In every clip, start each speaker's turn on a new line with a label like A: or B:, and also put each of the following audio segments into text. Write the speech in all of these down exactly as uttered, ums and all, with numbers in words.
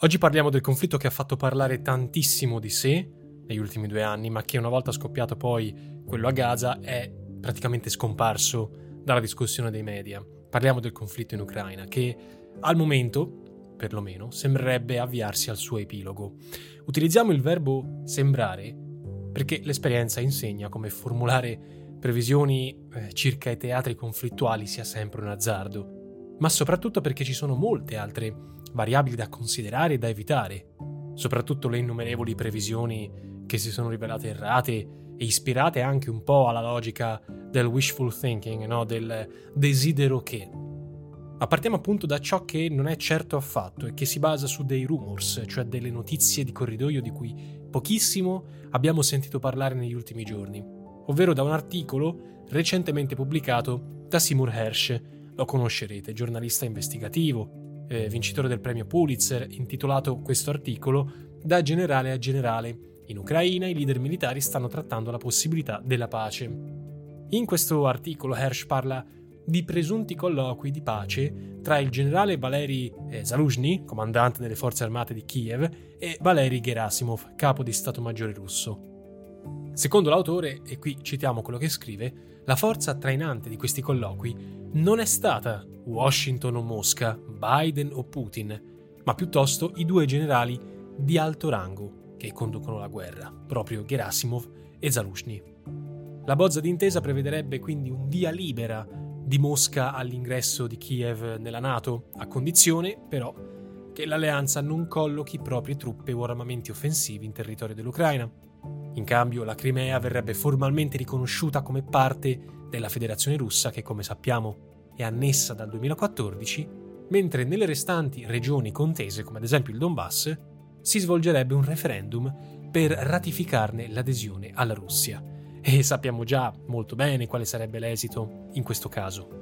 A: Oggi parliamo del conflitto che ha fatto parlare tantissimo di sé negli ultimi due anni, ma che una volta scoppiato poi quello a Gaza è praticamente scomparso dalla discussione dei media. Parliamo del conflitto in Ucraina, che al momento, perlomeno, sembrerebbe avviarsi al suo epilogo. Utilizziamo il verbo sembrare perché l'esperienza insegna come formulare previsioni eh, circa i teatri conflittuali sia sempre un azzardo, ma soprattutto perché ci sono molte altre variabili da considerare e da evitare, soprattutto le innumerevoli previsioni che si sono rivelate errate e ispirate anche un po' alla logica del wishful thinking, no? Del desidero che. Ma partiamo appunto da ciò che non è certo affatto e che si basa su dei rumors, cioè delle notizie di corridoio di cui pochissimo abbiamo sentito parlare negli ultimi giorni, ovvero da un articolo recentemente pubblicato da Seymour Hersh. Lo conoscerete, giornalista investigativo, eh, vincitore del premio Pulitzer, intitolato questo articolo Da generale a generale. In Ucraina i leader militari stanno trattando la possibilità della pace. In questo articolo Hersh parla di presunti colloqui di pace tra il generale Valery eh, Zaluzhny, comandante delle forze armate di Kiev, e Valery Gerasimov, capo di Stato Maggiore russo. Secondo l'autore, e qui citiamo quello che scrive, la forza trainante di questi colloqui non è stata Washington o Mosca, Biden o Putin, ma piuttosto i due generali di alto rango che conducono la guerra, proprio Gerasimov e Zaluzhny. La bozza d'intesa prevederebbe quindi un via libera di Mosca all'ingresso di Kiev nella NATO, a condizione, però, che l'alleanza non collochi proprie truppe o armamenti offensivi in territorio dell'Ucraina. In cambio, la Crimea verrebbe formalmente riconosciuta come parte della Federazione Russa, che, come sappiamo, è annessa dal duemilaquattordici, mentre nelle restanti regioni contese, come ad esempio il Donbass, si svolgerebbe un referendum per ratificarne l'adesione alla Russia. E sappiamo già molto bene quale sarebbe l'esito in questo caso.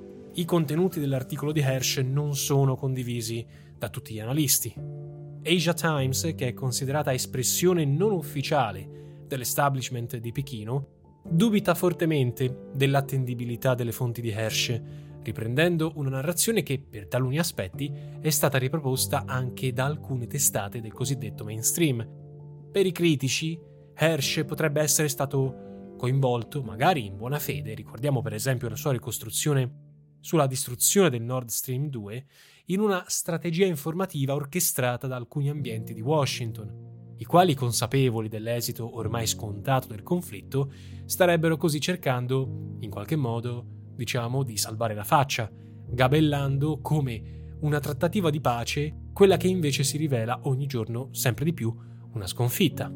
A: I contenuti dell'articolo di Hersh non sono condivisi da tutti gli analisti. Asia Times, che è considerata espressione non ufficiale dell'establishment di Pechino, dubita fortemente dell'attendibilità delle fonti di Hersh, riprendendo una narrazione che, per taluni aspetti, è stata riproposta anche da alcune testate del cosiddetto mainstream. Per i critici, Hersh potrebbe essere stato coinvolto, magari in buona fede, ricordiamo per esempio la sua ricostruzione sulla distruzione del Nord Stream due, in una strategia informativa orchestrata da alcuni ambienti di Washington, i quali, consapevoli dell'esito ormai scontato del conflitto, starebbero così cercando, in qualche modo, diciamo, di salvare la faccia, gabellando come una trattativa di pace quella che invece si rivela ogni giorno sempre di più una sconfitta.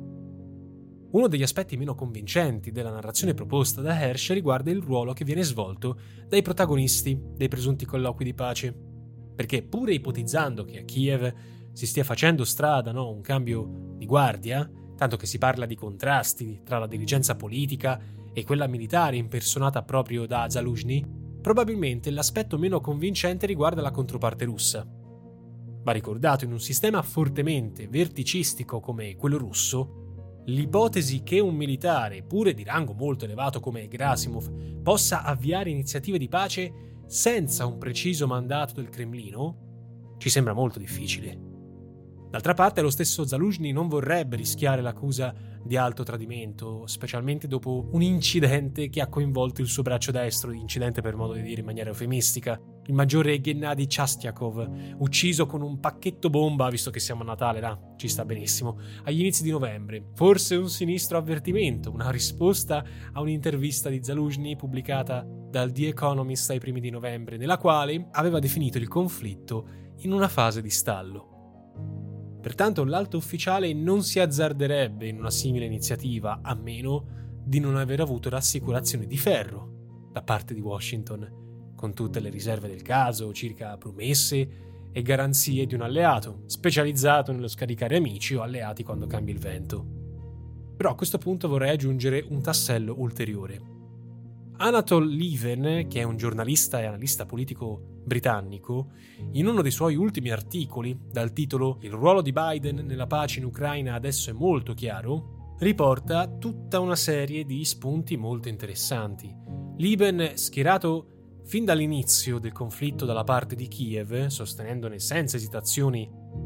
A: Uno degli aspetti meno convincenti della narrazione proposta da Hersh riguarda il ruolo che viene svolto dai protagonisti dei presunti colloqui di pace. Perché pure ipotizzando che a Kiev si stia facendo strada, no, un cambio di guardia, tanto che si parla di contrasti tra la dirigenza politica e quella militare impersonata proprio da Zaluzhny, probabilmente l'aspetto meno convincente riguarda la controparte russa. Va ricordato, in un sistema fortemente verticistico come quello russo, l'ipotesi che un militare, pure di rango molto elevato come Gerasimov, possa avviare iniziative di pace senza un preciso mandato del Cremlino ci sembra molto difficile. D'altra parte, lo stesso Zaluzhny non vorrebbe rischiare l'accusa di alto tradimento, specialmente dopo un incidente che ha coinvolto il suo braccio destro, incidente per modo di dire in maniera eufemistica, il maggiore Gennady Chastyakov, ucciso con un pacchetto bomba, visto che siamo a Natale, là, ci sta benissimo, agli inizi di novembre. Forse un sinistro avvertimento, una risposta a un'intervista di Zaluzhny pubblicata dal The Economist ai primi di novembre, nella quale aveva definito il conflitto in una fase di stallo. Pertanto l'alto ufficiale non si azzarderebbe in una simile iniziativa, a meno di non aver avuto rassicurazioni di ferro da parte di Washington, con tutte le riserve del caso circa promesse e garanzie di un alleato, specializzato nello scaricare amici o alleati quando cambia il vento. Però a questo punto vorrei aggiungere un tassello ulteriore. Anatol Lieven, che è un giornalista e analista politico britannico, in uno dei suoi ultimi articoli, dal titolo "Il ruolo di Biden nella pace in Ucraina adesso è molto chiaro", riporta tutta una serie di spunti molto interessanti. Lieven, schierato fin dall'inizio del conflitto dalla parte di Kiev, sostenendone senza esitazioni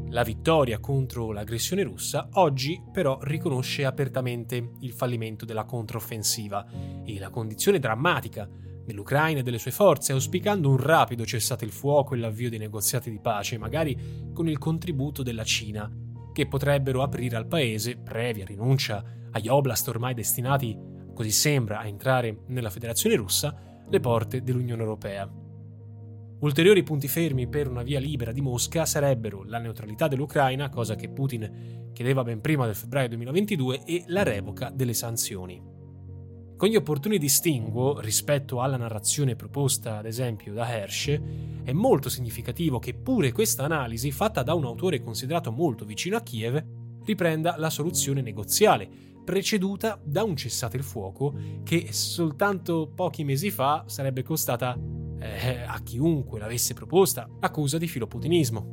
A: la vittoria contro l'aggressione russa, oggi però riconosce apertamente il fallimento della controffensiva e la condizione drammatica dell'Ucraina e delle sue forze, auspicando un rapido cessate il fuoco e l'avvio dei negoziati di pace, magari con il contributo della Cina, che potrebbero aprire al paese, previa rinuncia agli oblast ormai destinati, così sembra, a entrare nella Federazione Russa, le porte dell'Unione Europea. Ulteriori punti fermi per una via libera di Mosca sarebbero la neutralità dell'Ucraina, cosa che Putin chiedeva ben prima del febbraio duemilaventidue, e la revoca delle sanzioni. Con gli opportuni distinguo rispetto alla narrazione proposta ad esempio da Hersh, è molto significativo che pure questa analisi, fatta da un autore considerato molto vicino a Kiev, riprenda la soluzione negoziale, preceduta da un cessate il fuoco che soltanto pochi mesi fa sarebbe costata eh, a chiunque l'avesse proposta accusa di filoputinismo.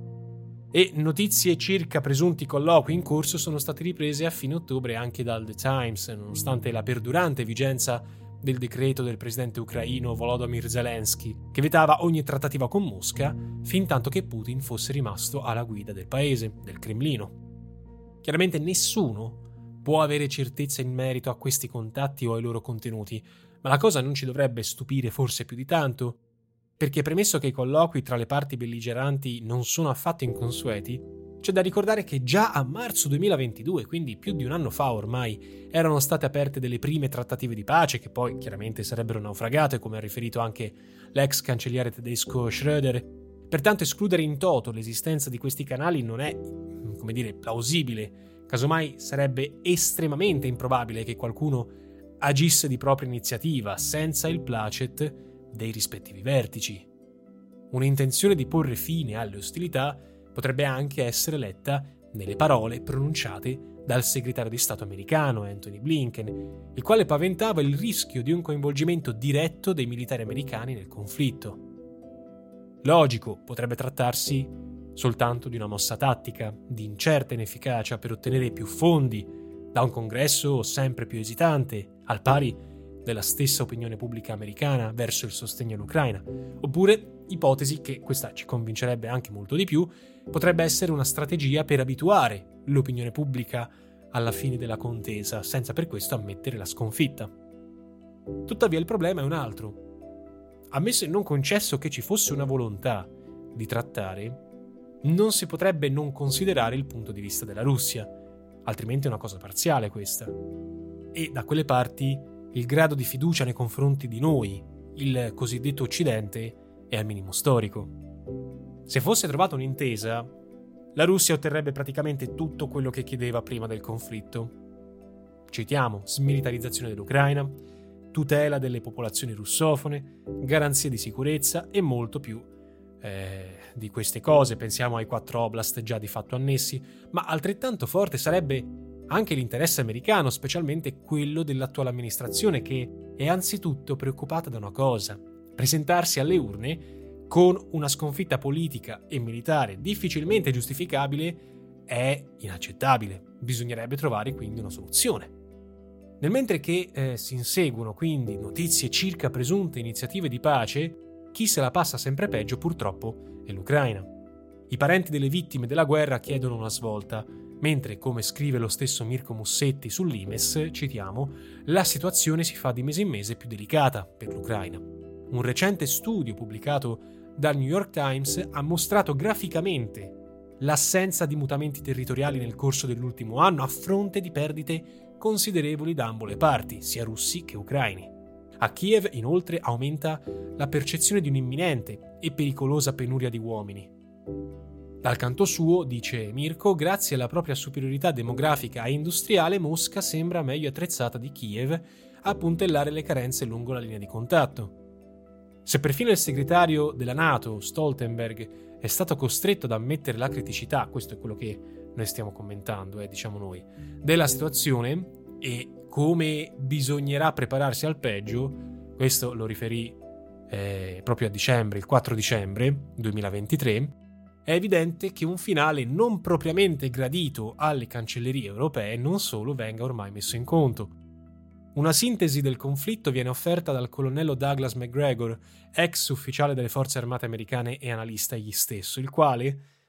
A: E notizie circa presunti colloqui in corso sono state riprese a fine ottobre anche dal The Times, nonostante la perdurante vigenza del decreto del presidente ucraino Volodymyr Zelensky, che vietava ogni trattativa con Mosca fin tanto che Putin fosse rimasto alla guida del paese, del Cremlino. Chiaramente nessuno può avere certezza in merito a questi contatti o ai loro contenuti, ma la cosa non ci dovrebbe stupire forse più di tanto, perché premesso che i colloqui tra le parti belligeranti non sono affatto inconsueti, c'è da ricordare che già a marzo duemilaventidue, quindi più di un anno fa ormai, erano state aperte delle prime trattative di pace che poi chiaramente sarebbero naufragate, come ha riferito anche l'ex cancelliere tedesco Schröder. Pertanto escludere in toto l'esistenza di questi canali non è, come dire, plausibile. Casomai sarebbe estremamente improbabile che qualcuno agisse di propria iniziativa, senza il placet dei rispettivi vertici. Un'intenzione di porre fine alle ostilità potrebbe anche essere letta nelle parole pronunciate dal segretario di Stato americano Anthony Blinken, il quale paventava il rischio di un coinvolgimento diretto dei militari americani nel conflitto. Logico, potrebbe trattarsi soltanto di una mossa tattica, di incerta inefficacia per ottenere più fondi da un congresso sempre più esitante, al pari della stessa opinione pubblica americana verso il sostegno all'Ucraina, oppure ipotesi che, questa ci convincerebbe anche molto di più, potrebbe essere una strategia per abituare l'opinione pubblica alla fine della contesa, senza per questo ammettere la sconfitta. Tuttavia il problema è un altro. Ammesso e non concesso che ci fosse una volontà di trattare, non si potrebbe non considerare il punto di vista della Russia, altrimenti è una cosa parziale questa. E da quelle parti il grado di fiducia nei confronti di noi, il cosiddetto Occidente, è al minimo storico. Se fosse trovata un'intesa, la Russia otterrebbe praticamente tutto quello che chiedeva prima del conflitto. Citiamo: smilitarizzazione dell'Ucraina, tutela delle popolazioni russofone, garanzie di sicurezza e molto più eh, di queste cose. Pensiamo ai quattro oblast già di fatto annessi, ma altrettanto forte sarebbe anche l'interesse americano, specialmente quello dell'attuale amministrazione, che è anzitutto preoccupata da una cosa: presentarsi alle urne con una sconfitta politica e militare difficilmente giustificabile è inaccettabile. Bisognerebbe trovare quindi una soluzione. Nel mentre che eh, si inseguono quindi notizie circa presunte iniziative di pace, chi se la passa sempre peggio purtroppo è l'Ucraina. I parenti delle vittime della guerra chiedono una svolta, mentre, come scrive lo stesso Mirko Mussetti sull'I M E S, citiamo, la situazione si fa di mese in mese più delicata per l'Ucraina. Un recente studio pubblicato dal New York Times ha mostrato graficamente l'assenza di mutamenti territoriali nel corso dell'ultimo anno a fronte di perdite considerevoli da ambo le parti, sia russi che ucraini. A Kiev, inoltre, aumenta la percezione di un'imminente e pericolosa penuria di uomini. Dal canto suo, dice Mirko, grazie alla propria superiorità demografica e industriale, Mosca sembra meglio attrezzata di Kiev a puntellare le carenze lungo la linea di contatto. Se perfino il segretario della NATO, Stoltenberg, è stato costretto ad ammettere la criticità, questo è quello che noi stiamo commentando, eh, diciamo noi, della situazione e come bisognerà prepararsi al peggio, questo lo riferì eh, proprio a dicembre, il quattro dicembre duemilaventitré, è evidente che un finale non propriamente gradito alle cancellerie europee non solo venga ormai messo in conto. Una sintesi del conflitto viene offerta dal colonnello Douglas McGregor, ex ufficiale delle forze armate americane e analista egli stesso, il quale,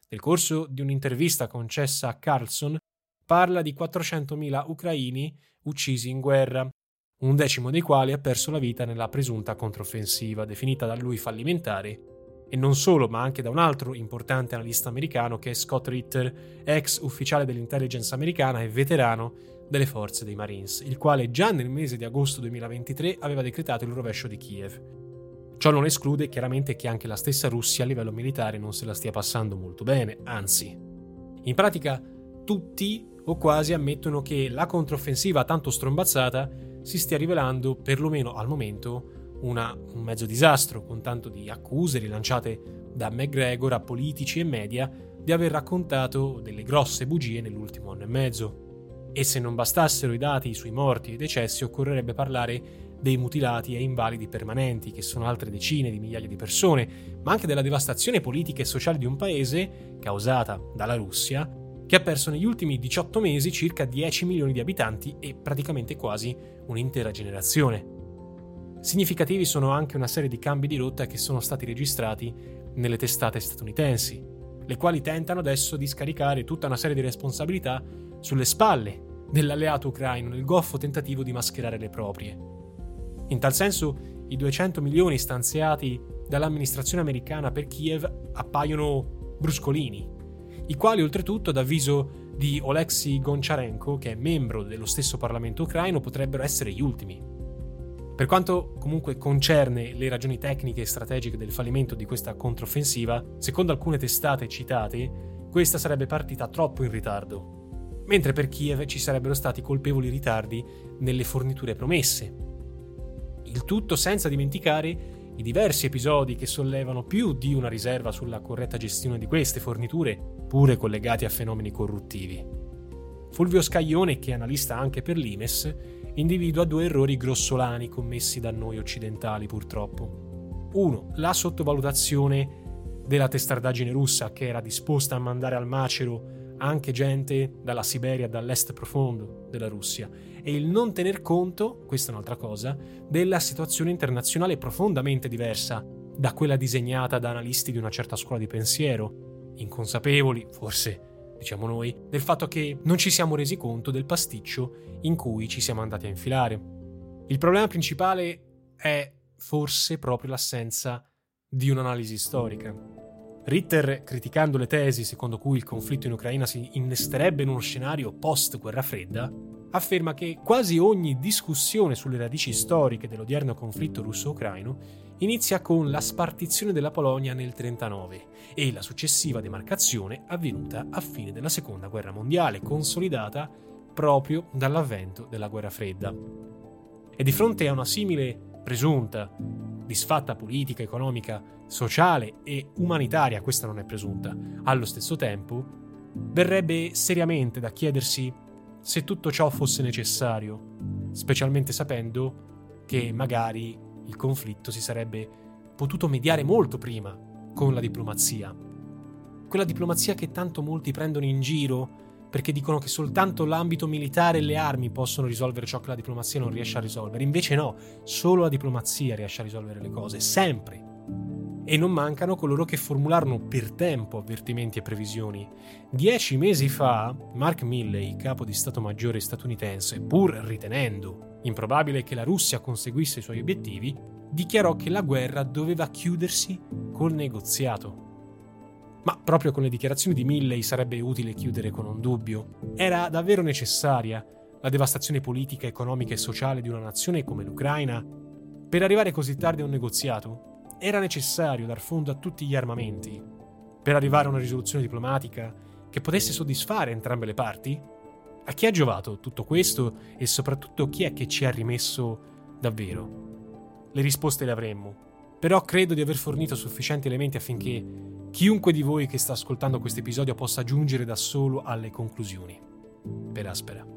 A: Nel corso di un'intervista concessa a Carlson, parla di quattrocentomila ucraini uccisi in guerra, un decimo dei quali ha perso la vita nella presunta controffensiva, definita da lui fallimentare, e non solo, ma anche da un altro importante analista americano che è Scott Ritter, ex ufficiale dell'intelligence americana e veterano delle forze dei Marines, il quale già nel mese di agosto duemilaventitré aveva decretato il rovescio di Kiev. Ciò non esclude chiaramente che anche la stessa Russia a livello militare non se la stia passando molto bene, anzi. In pratica tutti o quasi ammettono che la controffensiva tanto strombazzata si stia rivelando, perlomeno al momento, una, un mezzo disastro, con tanto di accuse rilanciate da McGregor a politici e media di aver raccontato delle grosse bugie nell'ultimo anno e mezzo. E se non bastassero i dati sui morti e i decessi, occorrerebbe parlare dei mutilati e invalidi permanenti, che sono altre decine di migliaia di persone, ma anche della devastazione politica e sociale di un paese, causata dalla Russia, che ha perso negli ultimi diciotto mesi circa dieci milioni di abitanti e praticamente quasi un'intera generazione. Significativi sono anche una serie di cambi di rotta che sono stati registrati nelle testate statunitensi, le quali tentano adesso di scaricare tutta una serie di responsabilità sulle spalle dell'alleato ucraino nel goffo tentativo di mascherare le proprie. In tal senso, i duecento milioni stanziati dall'amministrazione americana per Kiev appaiono bruscolini, i quali oltretutto, ad avviso di Oleksiy Goncharenko, che è membro dello stesso Parlamento ucraino, potrebbero essere gli ultimi. Per quanto comunque concerne le ragioni tecniche e strategiche del fallimento di questa controffensiva, secondo alcune testate citate, questa sarebbe partita troppo in ritardo, mentre per Kiev ci sarebbero stati colpevoli ritardi nelle forniture promesse. Il tutto senza dimenticare i diversi episodi che sollevano più di una riserva sulla corretta gestione di queste forniture, pure collegati a fenomeni corruttivi. Fulvio Scaglione, che è analista anche per l'I M E S, individua due errori grossolani commessi da noi occidentali, purtroppo. Uno, la sottovalutazione della testardaggine russa, che era disposta a mandare al macero anche gente dalla Siberia, dall'est profondo della Russia, e il non tener conto, questa è un'altra cosa, della situazione internazionale profondamente diversa da quella disegnata da analisti di una certa scuola di pensiero, inconsapevoli, forse, diciamo noi, del fatto che non ci siamo resi conto del pasticcio in cui ci siamo andati a infilare. Il problema principale è forse proprio l'assenza di un'analisi storica. Ritter, criticando le tesi secondo cui il conflitto in Ucraina si innesterebbe in uno scenario post-guerra fredda, afferma che quasi ogni discussione sulle radici storiche dell'odierno conflitto russo-ucraino inizia con la spartizione della Polonia nel trentanove e la successiva demarcazione avvenuta a fine della Seconda Guerra Mondiale, consolidata proprio dall'avvento della Guerra Fredda. E di fronte a una simile presunta disfatta politica, economica, sociale e umanitaria, questa non è presunta, allo stesso tempo, verrebbe seriamente da chiedersi se tutto ciò fosse necessario, specialmente sapendo che magari il conflitto si sarebbe potuto mediare molto prima con la diplomazia. Quella diplomazia che tanto molti prendono in giro perché dicono che soltanto l'ambito militare e le armi possono risolvere ciò che la diplomazia non riesce a risolvere. Invece no, solo la diplomazia riesce a risolvere le cose, sempre. E non mancano coloro che formularono per tempo avvertimenti e previsioni. Dieci mesi fa, Mark Milley, capo di Stato Maggiore statunitense, pur ritenendo improbabile che la Russia conseguisse i suoi obiettivi, dichiarò che la guerra doveva chiudersi col negoziato. Ma proprio con le dichiarazioni di Milley sarebbe utile chiudere con un dubbio. Era davvero necessaria la devastazione politica, economica e sociale di una nazione come l'Ucraina per arrivare così tardi a un negoziato? Era necessario dar fondo a tutti gli armamenti per arrivare a una risoluzione diplomatica che potesse soddisfare entrambe le parti? A chi ha giovato tutto questo e soprattutto chi è che ci ha rimesso davvero? Le risposte le avremmo, però credo di aver fornito sufficienti elementi affinché chiunque di voi che sta ascoltando questo episodio possa giungere da solo alle conclusioni. Per Aspera.